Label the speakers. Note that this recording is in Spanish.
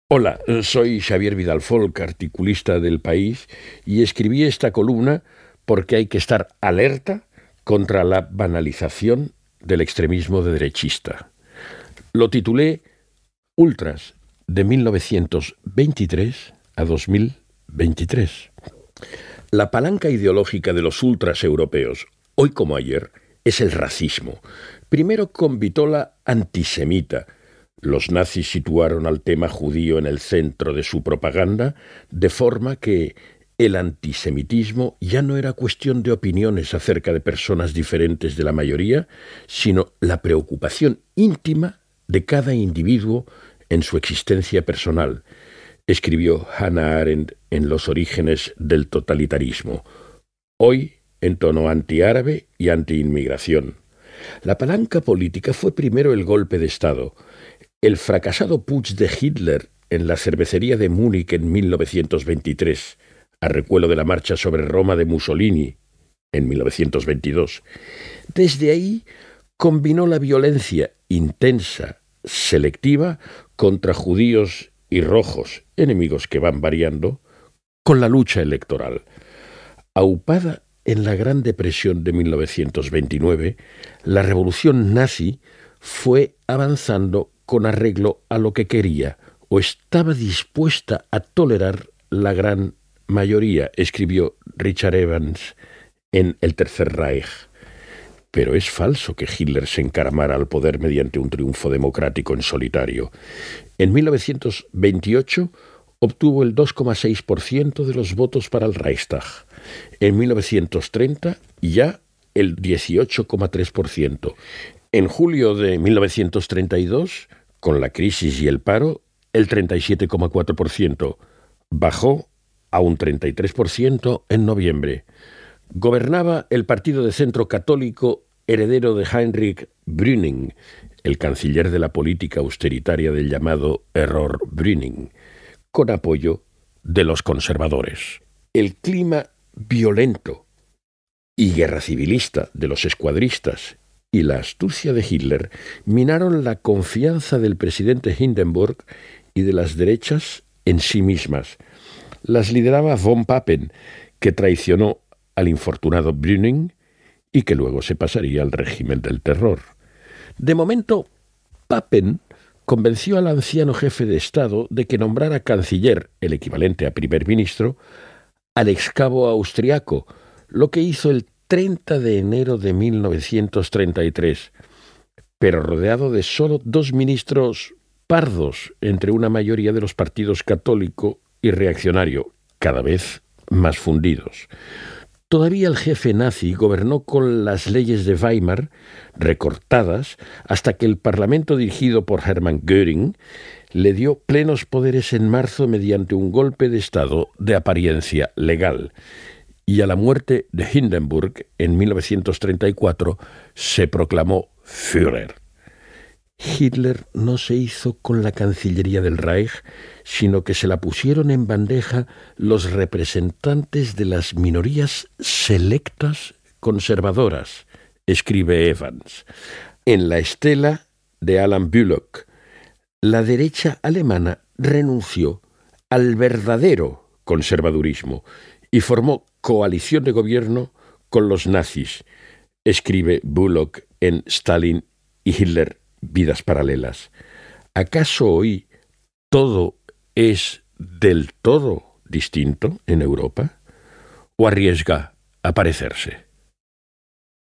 Speaker 1: Hola, soy Xavier Vidal-Folk, articulista del País, y escribí esta columna porque hay que estar alerta contra la banalización del extremismo de derechista. Lo titulé Ultras de 1923 a 2023. La palanca ideológica de los ultras europeos, hoy como ayer, es el racismo. Primero con vitola antisemita. Los nazis situaron al tema judío en el centro de su propaganda, de forma que el antisemitismo ya no era cuestión de opiniones acerca de personas diferentes de la mayoría, sino la preocupación íntima de cada individuo en su existencia personal, escribió Hannah Arendt en Los orígenes del totalitarismo, hoy en tono antiárabe y antiinmigración. La palanca política fue primero el golpe de Estado. El fracasado putsch de Hitler en la cervecería de Múnich en 1923, a recuelo de la marcha sobre Roma de Mussolini en 1922. Desde ahí combinó la violencia intensa, selectiva, contra judíos y rojos, enemigos que van variando, con la lucha electoral. Aupada en la Gran Depresión de 1929, la revolución nazi fue avanzando con arreglo a lo que quería o estaba dispuesta a tolerar la gran mayoría, escribió Richard Evans en El Tercer Reich. Pero es falso que Hitler se encaramara al poder mediante un triunfo democrático en solitario. En 1928 obtuvo el 2,6% de los votos para el Reichstag. En 1930 ya el 18,3%. En julio de 1932, con la crisis y el paro, el 37,4%. Bajó a un 33% en noviembre. Gobernaba el partido de centro católico heredero de Heinrich Brüning, el canciller de la política austeritaria del llamado Error Brüning, con apoyo de los conservadores. El clima violento y guerra civilista de los escuadristas y la astucia de Hitler minaron la confianza del presidente Hindenburg y de las derechas en sí mismas. Las lideraba von Papen, que traicionó al infortunado Brüning y que luego se pasaría al régimen del terror. De momento, Papen convenció al anciano jefe de Estado de que nombrara canciller, el equivalente a primer ministro, al excabo austriaco, lo que hizo el 30 de enero de 1933, pero rodeado de solo dos ministros pardos entre una mayoría de los partidos católico y reaccionario, cada vez más fundidos. Todavía el jefe nazi gobernó con las leyes de Weimar, recortadas, hasta que el Parlamento dirigido por Hermann Göring le dio plenos poderes en marzo mediante un golpe de Estado de apariencia legal. Y a la muerte de Hindenburg en 1934 se proclamó Führer. Hitler no se hizo con la Cancillería del Reich, sino que se la pusieron en bandeja los representantes de las minorías selectas conservadoras, escribe Evans. En la estela de Alan Bullock, la derecha alemana renunció al verdadero conservadurismo y formó coalición de gobierno con los nazis, escribe Bullock en Stalin y Hitler, vidas paralelas. ¿Acaso hoy todo es del todo distinto en Europa? ¿O arriesga a parecerse?